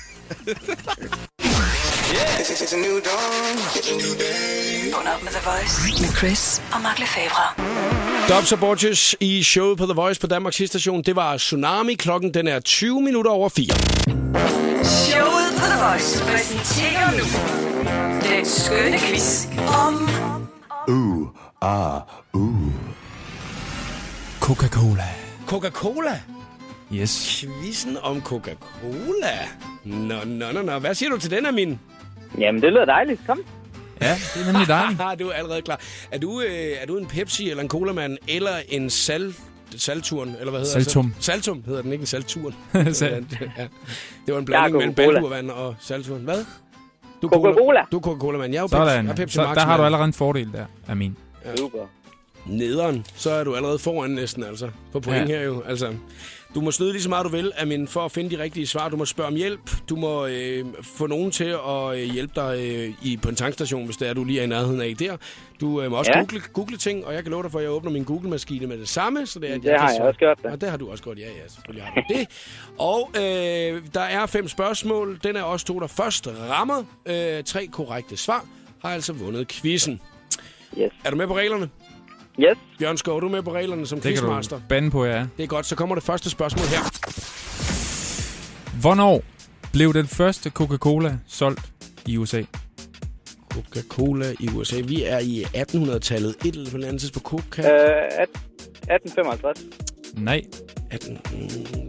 Vågn op med The Voice med Chris og Mark Lefebvre. Dobs og Borges i showet på The Voice på Danmarks hitstation. Det var Tsunami. Klokken den er tyve minutter over fire. Showet på The Voice præsenterer nu den skønne quiz om... Uh, ah, uh. Coca-Cola. Coca-Cola? Yes. Quizzen om Coca-Cola. Nå, nå, nå, nå. Hvad siger du til den, Amin? Jamen, det lyder dejligt. Kom. Ja, det er nemlig dejligt. Du er allerede klar. Er du, øh, er du en Pepsi eller en Cola-mand, eller en sal... Salturen, eller hvad hedder Saltum. det? Saltum hedder den, ikke en salturen. Sal- ja. Det var en blanding mellem Balduervand og salturen. Hvad? Du er Coca-Cola. Du er Coca-Cola-mand. Jeg er jo Sådan. Pepsi, Pepsi Så Max, der har du mand. allerede en fordel der, Amin. Ja. Super. Nederen, så er du allerede foran næsten, altså. På point ja. her jo. Altså, Du må snyde lige så meget, du vil, Amin, for at finde de rigtige svar. Du må spørge om hjælp. Du må øh, få nogen til at øh, hjælpe dig øh, i, på en tankstation, hvis det er, du lige er i nærheden af der. Du øh, må også ja. google, google ting, og jeg kan love dig for, at jeg åbner min Google-maskine med det samme. Så det er, at det jeg har kan jeg også gjort det. Og det har du også gjort, ja, ja, selvfølgelig har du det. Og øh, der er fem spørgsmål. Den er også to, der først rammer øh, tre korrekte svar, har altså vundet quizzen. Yes. Er du med på reglerne? Yes. Bjørn Skov, er du med på reglerne som Det kan quizmaster? du bande på, ja. Det er godt, så kommer det første spørgsmål her. Hvornår blev den første Coca-Cola solgt i U S A? Coca-Cola i U S A. Vi er i attenhundredetallet. Et eller andet tidspunkt på Coca. Øh, atten femoghalvtreds. Nej. atten... Øh,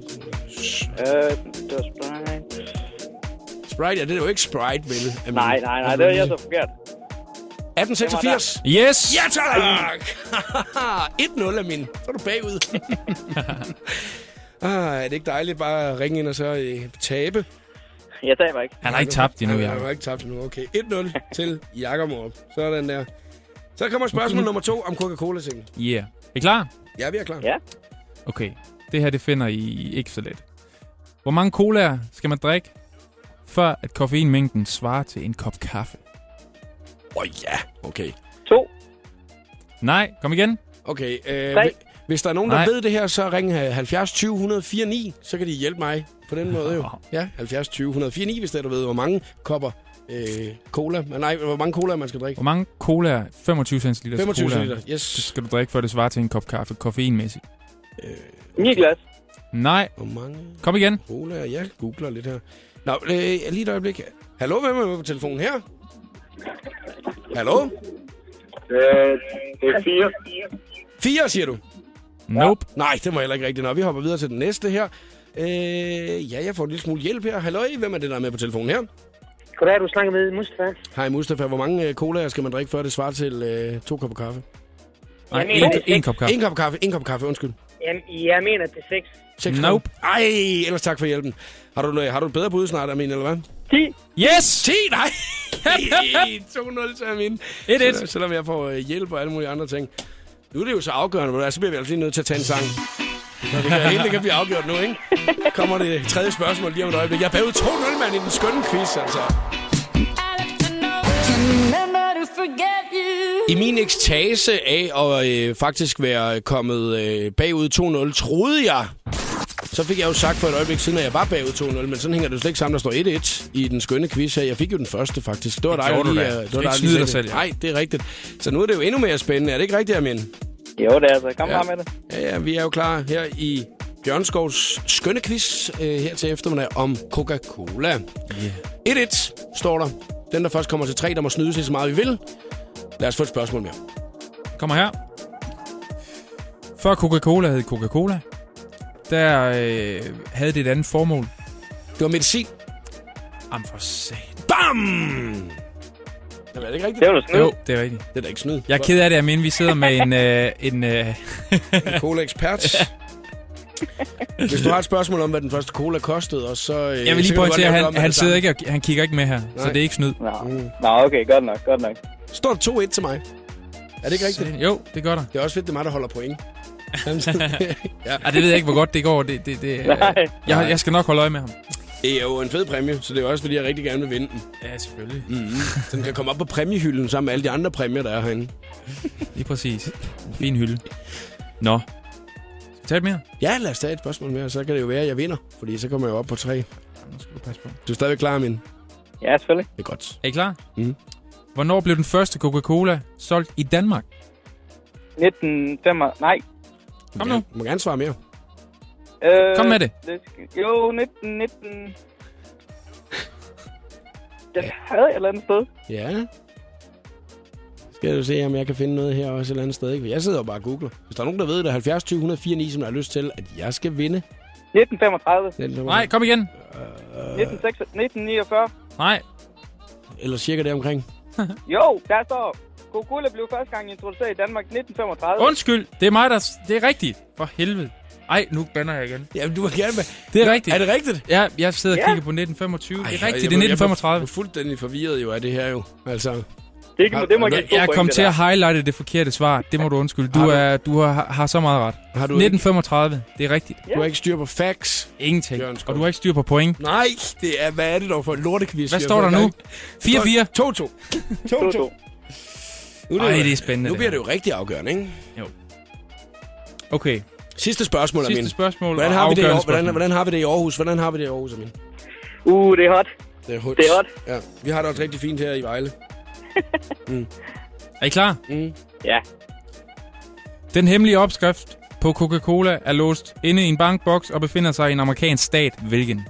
det var Sprite. Sprite, ja, det er jo ikke Sprite, vel? Amin. Nej, nej, nej, det er jeg så forkert. atten seksogfirs. Yes! Ja, tak! et nul er min. Så er du bagud. ah, er det ikke dejligt bare at ringe ind og så øh, tabe? Jeg taber ikke. Han har ikke tabt endnu, ja. Jacob. Han har ikke tabt endnu, okay. et nul til Jakob Morup. Sådan der. Så kommer spørgsmål nummer to om Coca-Cola-singen. Ja. Yeah. Er I klar? Ja, vi er klar. Ja. Okay. Det her, det finder I ikke så let. Hvor mange colaer skal man drikke, før at koffeinmængden svarer til en kop kaffe? Åh oh, ja, okay. To. Nej, kom igen. Okay, øh, Tre. hvis der er nogen, Nej. der ved det her, så ring halvfjerds tyve et hundrede fire ni, så kan de hjælpe mig på den måde jo. Ja, halvfjerds tyve et hundrede fire ni, hvis det er, du ved, hvor mange kopper øh, cola, men nej, hvor mange cola man skal drikke. Hvor mange colaer, femogtyve centiliter femogtyve cola, centiliter, yes. det skal du drikke, før det svarer til en kop kaffe, koffeinmæssigt? Øh, Ni glas. Nej, hvor mange kom igen. cola? Jeg googler lidt her. Nå, øh, lige et øjeblik. Hallo, hvem er med på telefonen her? Hallo? Øh, det er fire. Fire, siger du? Nope. Nej, det må heller ikke rigtigt. Nå, vi hopper videre til den næste her. Øh, ja, jeg får en lille smule hjælp her. Hallo, hvem er det, der er med på telefonen her? Goddag, du snakker med Mustafa. Hej Mustafa, hvor mange øh, colaer skal man drikke, før det svarer til øh, to kopper kaffe? Nej, Jeg en, mener, en kop kaffe. En kop kaffe, en kop kaffe, undskyld. Jamen, jeg mener, det er seks. Seks Nope. kopper. Ej, ellers tak for hjælpen. Har du, har du et bedre bud snart, Amin, eller hvad? ti. Yes! ti, nej! to nul til Amin. et et. Sel- Selvom jeg får øh, hjælp og alle mulige andre ting. Nu er det jo så afgørende, men så bliver vi altså lige nødt til at tage en sang. Så det kan, hele det kan blive afgjort nu, ikke? Kommer det tredje spørgsmål lige om et øjeblik. Jeg er bagud to nul, mand, i den skønne quiz, altså. I min ekstase af at øh, faktisk være kommet øh, bagud to nul, troede jeg, så fik jeg jo sagt for et øjeblik siden, at jeg var bagud to nul, men sådan hænger det jo slet ikke sammen, der står et et i den skønne quiz her. Jeg fik jo den første, faktisk. Det var Det dig, gjorde der du lige... da. øh, Du skal det var ikke dig, snyde der dig lige selv, sagde ja. det. Nej, det er rigtigt. Så nu er det jo endnu mere spændende. Er det ikke rigtigt, Amin? Jo, det er altså. Kom Ja. ja. med det. Ja, ja, vi er jo klar her i Bjørn Skovs skønne quiz øh, her til eftermiddag om Coca-Cola. Yeah. et et står der. Den, der først kommer til tre, der må snyde sig så meget, vi vil. Lad os få et spørgsmål mere. Kommer her. Før Coca-Cola hed Coca-Cola, der øh, havde det et andet formål. Det var medicin. Jamen for sat. Bam! Jamen, er det ikke rigtigt? Det var du snyd. Jo, det er rigtigt. Det er da ikke snyd. Jeg er ked af det, Amin. Vi sidder med en... Øh, en øh, En cola-ekspert. Hvis du har et spørgsmål om, hvad den første cola kostede, og så... Øh, jeg vil lige pointere, at han, han, sidder ikke, og, han kigger ikke med her, Nej. så det er ikke snyd. Nå. Nå, okay. Godt nok. Godt nok. Står to et til mig. Er det ikke rigtigt? Så, jo, det gør der. Det er også fedt, det er mig, der holder point. ja. Ej, det ved jeg ikke, hvor godt det går. Det, det, det, Nej. jeg, jeg skal nok holde øje med ham. Det er jo en fed præmie, så det er også, fordi jeg rigtig gerne vil vinde den. Ja, selvfølgelig. Mm-hmm. Så den kan komme op på præmiehylden sammen med alle de andre præmier, der er herinde. Lige præcis. En fin hylde. Nå. Skal vi tage et mere? Ja, lad os tage et spørgsmål mere, så kan det jo være, at jeg vinder. Fordi så kommer jeg jo op på tre. Nu skal du passe på. Du er stadigvæk klar, min. Ja, selvfølgelig. Det er godt. Er I klar? Mm. Hvornår blev den første Coca-Cola solgt i Danmark? nitten femoghalvtreds. Nej. Kom nu. Du må gerne svare mere. Øh, Kom med det. det skal, jo, nitten nitten. Det havde jeg et eller andet sted. Ja. Skal du se, om jeg kan finde noget her også et eller andet sted. Ikke? Jeg sidder jo bare og googler. Hvis der er nogen, der ved det, er halvfjerds tyve et hundrede fire ni, som har lyst til, at jeg skal vinde. nitten femogtredive. Nej, kom igen. nitten seksogtres. nitten niogfyrre. Nej. Eller cirka det omkring. Jo, der står... Coca-Cola blev første gang introduceret i Danmark nitten femogtredive. Undskyld, det er mig, der... Det er rigtigt. For helvede. Ej, nu bander jeg igen. Jamen, du må gerne med. Det er rigtigt. Er det rigtigt? Ja, jeg sidder og Ja. kigger på nitten femogtyve. Ej, det er jeg- rigtigt, jeg- det er jeg- nitten femogtredive. Jeg er fuldstændig forvirret jo af det her jo. Altså, Det, kan, det må jeg, jeg kom til at highlighte det forkerte svar. Det må du undskylde. Du, Har du- er, du har, har så meget ret. Har du nitten femogtredive, det er rigtigt. Du har ikke styr på facts. Ingenting. Bjørn Skov. Og du har ikke styr på point. Nej, det er, hvad er det dog for en lortekvist? Hvad står der nu? fire fire. to to. to to. Ej, det er spændende. Nu bliver det jo rigtig afgørende, ikke? Jo. Okay. Sidste spørgsmål, Sidste Amin. spørgsmål. Hvordan og har, vi det i, afgørende År- hvordan, spørgsmål. hvordan har vi det i Aarhus? Hvordan har vi det i Aarhus, Amin? Uh, det er hot. Det er hot. Det er hot. Ja, vi har det også rigtig fint her i Vejle. Mm. Er I klar? Mm. Ja. Den hemmelige opskrift på Coca-Cola er låst inde i en bankboks og befinder sig i en amerikansk stat. Hvilken?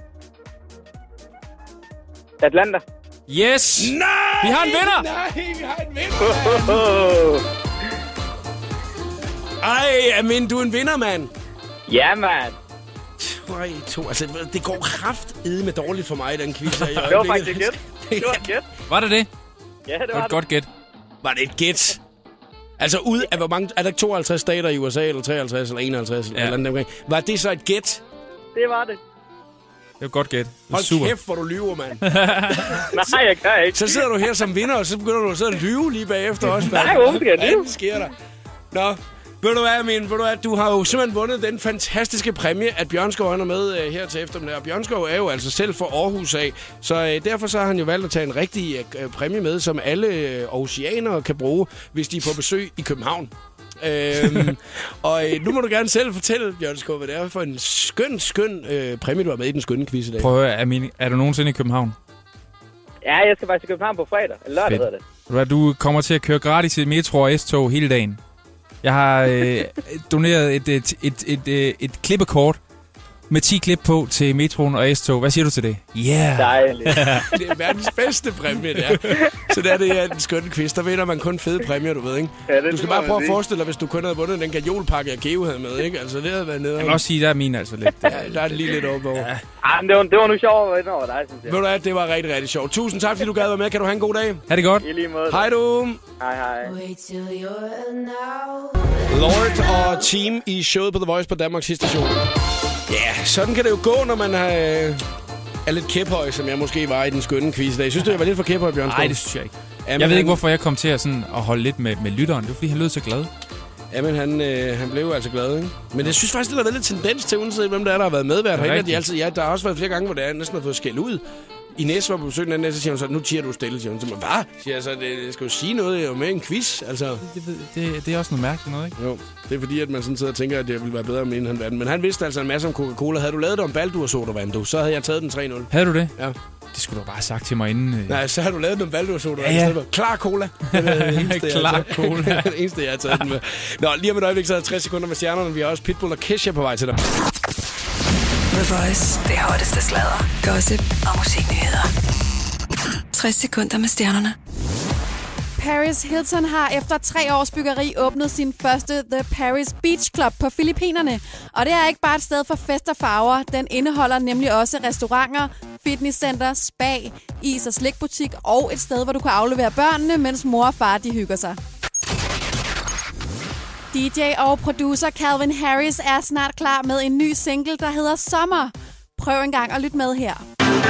Atlanta. Yes! Nej! Vi har en vinder! Nej, vi har en vinder! Ej, Amin, du er en vinder, mand. Ja, mand. tre to. Altså, det går kraftedme dårligt for mig, den quiz her i Det var øjeblikket. faktisk et gæt. Det var et gæt. Var det det? Ja, det Det var var et det. godt gæt. Var det et gæt? Altså, ud af hvor mange... Er der ikke tooghalvtreds stater i U S A, eller treoghalvtreds, eller enoghalvtreds, eller Ja. eller andet omkring? Var det så et gæt? Det var det. Det var et godt gæt. Det var Hold super. kæft, hvor du lyver, mand. Nej, jeg kan ikke. Så sidder du her som vinder, og så begynder du at sidde og lyve lige bagefter også. Nej, hvorfor skal jeg lyve? Hvad sker der? Nå, ved du hvad, Amin? Ved du hvad, du har jo simpelthen vundet den fantastiske præmie, at Bjørn Skov han er med øh, her til eftermiddag. Og Bjørn Skov er jo altså selv fra Aarhus af, så øh, derfor så har han jo valgt at tage en rigtig øh, præmie med, som alle øh, aarhusianere kan bruge, hvis de er på besøg i København. øhm, og øh, nu må du gerne selv fortælle, Bjørn Skov, hvad det er for en skøn, skøn øh, præmie, du har med i den skønne quiz i dag. Prøv at høre, Amin, er du nogensinde i København? Ja, jeg skal faktisk til København på fredag. Eller lørdag Fedt. hedder det. Ved du hvad, Du kommer til at køre gratis i metro og S-tog hele dagen. Jeg har øh, doneret et, et, et, et, et, et klippekort med ti klip på til metroen og S-tog. Hvad siger du til det? Yeah! Dejligt. Det er verdens bedste præmie, det er. Så det er det her den skønne quiz. Der vinder man kun fede præmier, du ved, ikke? Ja, det Du skal må bare man prøve at sige. forestille dig, hvis du kun havde vundet den gajolpakke, jeg Geo havde med, ikke? Altså, det havde været nede. Jeg vil også sige, der er min altså lidt. Ja, der er det lige lidt op over. Ja. Ah, men det var, det var nu sjovt at være over dig, synes jeg. Ved du hvad, det var rigtig, rigtig sjovt. Tusind tak, fordi du gad være med. Kan du have en god dag? Ha' det godt. I lige måde. Hej du. Hej, hej. Wait till you're now. Lord og team i showet på The Voice på Danmarks station. Ja, yeah, sådan kan det jo gå, når man har, øh, er lidt kæphøj, som jeg måske var i den skønne quiz i dag. Synes du, jeg var lidt for kæphøj, Bjørn Skov? Nej, det synes jeg ikke. Jamen, Jeg ved han, ikke, hvorfor jeg kom til at, sådan, at holde lidt med, med lytteren. Det var, fordi han lød så glad. Jamen, han, øh, han blev altså glad, ikke? Men jeg synes faktisk, det har været lidt tendens til, uanset hvem der er, der har været medvært herinde. At de altid, ja, der har også været flere gange, hvor det er næsten har fået skæld ud. I næste var på besøg den anden dag, så siger hun så, nu tiger du stille, siger hun. Så man, hvad? Siger jeg så, det, det skal jo sige noget, jeg er jo med i en quiz, altså. Det, ved- det, det er også noget mærkeligt noget, ikke? Jo, det er fordi, at man sådan sidder og tænker, at det ville være bedre med inden han vandt. Men han vidste altså en masse om Coca-Cola. Havde du lavet det om Baldur sodavand, du, så havde jeg taget den tre nul. Havde du det? Ja. Det skulle du bare have sagt til mig inden. Øh. Nej, så har du lavet den om Baldur sodavand. Ja, ja. I stedet for. Klar cola. Det er det eneste, jeg har Klar taget. cola. Det er det eneste, jeg har taget den med. Nå, lige om et øjeblik, så er der tres sekunder med stjernerne. Vi har også Pitbull og Kesha på vej til dig. The Voice. Det hotteste sladder, gossip og musiknyheder. tres sekunder med stjernerne. Paris Hilton har efter tre års byggeri åbnet sin første The Paris Beach Club på Filippinerne. Og det er ikke bare et sted for fest og farver. Den indeholder nemlig også restauranter, fitnesscenter, spa, is- og slikbutik og et sted, hvor du kan aflevere børnene, mens mor og far de hygger sig. D J og producer Calvin Harris er snart klar med en ny single, der hedder Sommer. Prøv en gang at lytte med her.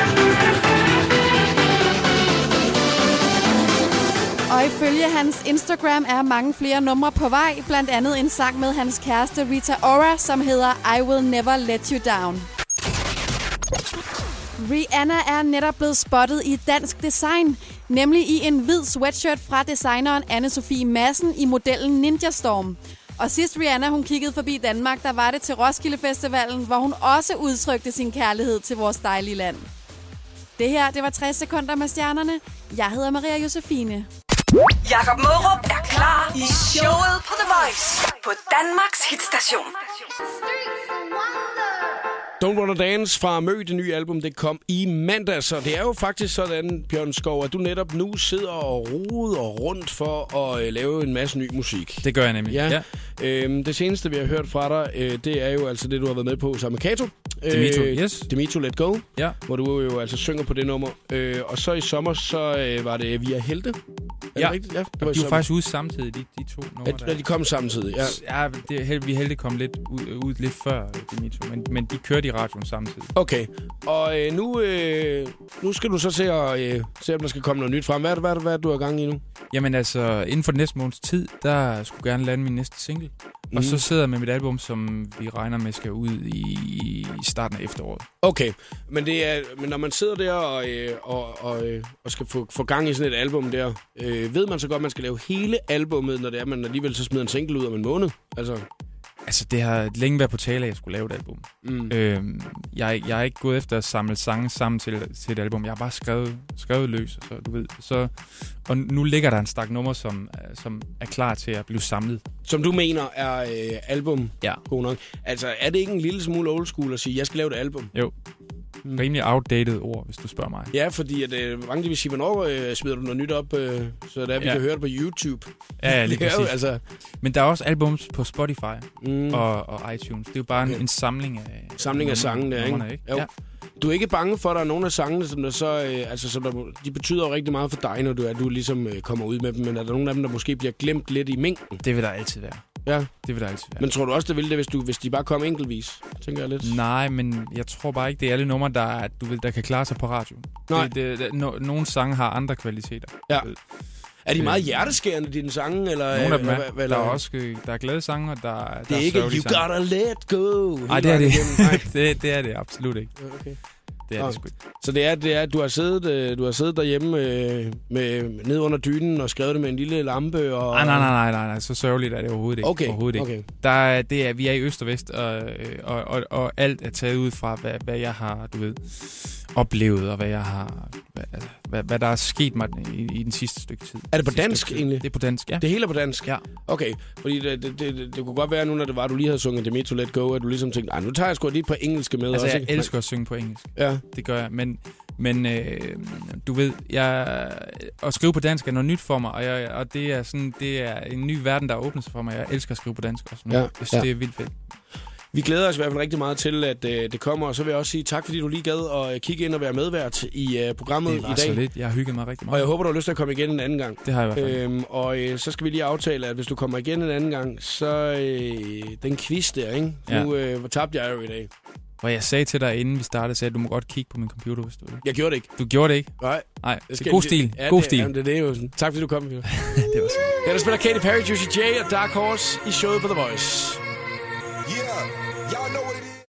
Og ifølge hans Instagram er mange flere numre på vej, blandt andet en sang med hans kæreste Rita Ora, som hedder I Will Never Let You Down. Rihanna er netop blevet spottet i dansk design, nemlig i en hvid sweatshirt fra designeren Anne-Sophie Madsen i modellen Ninja Storm. Og sidst Rihanna hun kiggede forbi Danmark, der var det til Roskilde Festivalen, hvor hun også udtrykte sin kærlighed til vores dejlige land. Det her, det var tres sekunder med stjernerne. Jeg hedder Maria Josefine. Jakob Mårup er klar i showet på The Voice på Danmarks hitstation. Don't Wanna Dance fra Mø, det nye album, det kom i mandag, så det er jo faktisk sådan, Bjørn Skov, at du netop nu sidder og roder rundt for at øh, lave en masse ny musik. Det gør jeg nemlig. Ja. Ja. Øhm, det seneste, vi har hørt fra dig, øh, det er jo altså det, du har været med på sammen med Kato. Dimitro, øh, yes. Dimitro Let Go, Ja. hvor du jo altså synger på det nummer. Øh, og så i sommer, så øh, var det Via Helte. det ja. rigtigt? Ja, det de var faktisk ude samtidig, de, de to numre. Ja, de kom samtidig, ja. Ja, det, held, vi heldig kom lidt ud, ud lidt før Dimitro, men, men de kørte i radioen samtidig. Okay, og øh, nu, øh, nu skal du så se, og, øh, se, om der skal komme noget nyt frem. Hvad er det, hvad er det, hvad er det du har gang i nu? Jamen altså, inden for den næste måneds tid, der skulle gerne lande min næste single. Mm. Og så sidder jeg med mit album, som vi regner med skal ud i, i starten af efteråret. Okay, men, det er, men når man sidder der og, øh, og, og, øh, og skal få, få gang i sådan et album der, øh, ved man så godt, at man skal lave hele albummet, når det er, man alligevel så smider en single ud om en måned? Altså... Altså, det har længe været på tale, at jeg skulle lave et album. Mm. Øhm, jeg, jeg er ikke gået efter at samle sange sammen til, til et album. Jeg har bare skrevet, skrevet løs, så du ved. Så, og nu ligger der en stak nummer, som, som er klar til at blive samlet. Som du mener er øh, album? Ja. God nok. Altså, er det ikke en lille smule old school at sige, jeg skal lave et album? Jo. Mm. Rimelig outdated ord, hvis du spørger mig. Ja, fordi at, øh, mange vil sige, hvornår øh, smider du noget nyt op, øh, så der vi ja. kan høre det på YouTube. Ja, ja lige præcis. Jo, altså... Men der er også albums på Spotify mm. og, og iTunes. Det er jo bare okay. en, en samling af... Samling af sange der, ikke? ikke? Jo. Ja. Du er ikke bange for, at der er nogle af sangene, som der så, øh, altså, som der, de betyder jo rigtig meget for dig, når du, at du ligesom øh, kommer ud med dem, men er der nogle af dem, der måske bliver glemt lidt i mængden? Det vil der altid være. Ja. Det vil der altid være. Men tror du også, det ville det, hvis, du, hvis de bare kom enkeltvis? Tænker jeg lidt. Nej, men jeg tror bare ikke, det er alle numre, der, du ved, der kan klare sig på radio. Nej. Det, det, det, no, nogle sange har andre kvaliteter. Ja. Er de meget hjerteskærende, dine sange? Eller, nogle af dem er. Eller, eller, der er også der er glade sange, og der, der det er, er ikke You Gotta Let Go. Nej, det er det. det. Det er det absolut ikke. Okay. Det er det sgu ikke. Så det er, det er, at du har siddet, du har siddet derhjemme øh, med, ned under dynen og skrevet det med en lille lampe? Og... Nej, nej, nej, nej, nej, nej, så sørgeligt er det overhovedet ikke. Okay, overhovedet okay. Ikke. Der er, det er, vi er i øst og vest, og, og, og, og alt er taget ud fra, hvad, hvad jeg har, du ved, oplevet, og hvad jeg har, hvad, hvad, hvad der er sket mig i, i den sidste stykke tid. Er det på dansk egentlig? Det er på dansk, ja. Det hele er på dansk? Ja. Okay, fordi det, det, det, det, det kunne godt være nu, når det var, at du lige havde sunget Dimitro Let Go, at du ligesom tænkte, nu tager jeg sgu lige på engelske med. Altså, også, jeg elsker at synge på engelsk. Ja. Det gør jeg, men... Men øh, du ved, jeg, at skrive på dansk er noget nyt for mig, og, jeg, og det er sådan, det er en ny verden, der åbner sig for mig. Jeg elsker at skrive på dansk også nu. Ja, jeg synes, ja. det er vildt fedt. Vi glæder os i hvert fald rigtig meget til, at øh, det kommer, og så vil jeg også sige tak, fordi du lige gad at kigge ind og være medvært i øh, programmet i dag. Det var så lidt. Jeg har hygget mig rigtig meget. Og jeg håber, du har lyst til at komme igen en anden gang. Det har jeg i hvert fald. Øhm, og øh, så skal vi lige aftale, at hvis du kommer igen en anden gang, så øh, den quiz der, ikke? Ja. Nu øh, tabte jeg jo i dag. Og jeg sagde til dig, inden vi startede, sagde, at du må godt kigge på min computer, hvis du vil. Jeg gjorde det ikke. Du gjorde det ikke? Nej. Nej, det, det er god stil. Ja, god det, stil. Jamen, det, det er jo sådan. Tak fordi du kom. det var sådan. Ja, der spiller Katy Perry, Juicy J og Dark Horse i showet på The Voice. Yeah, y'all know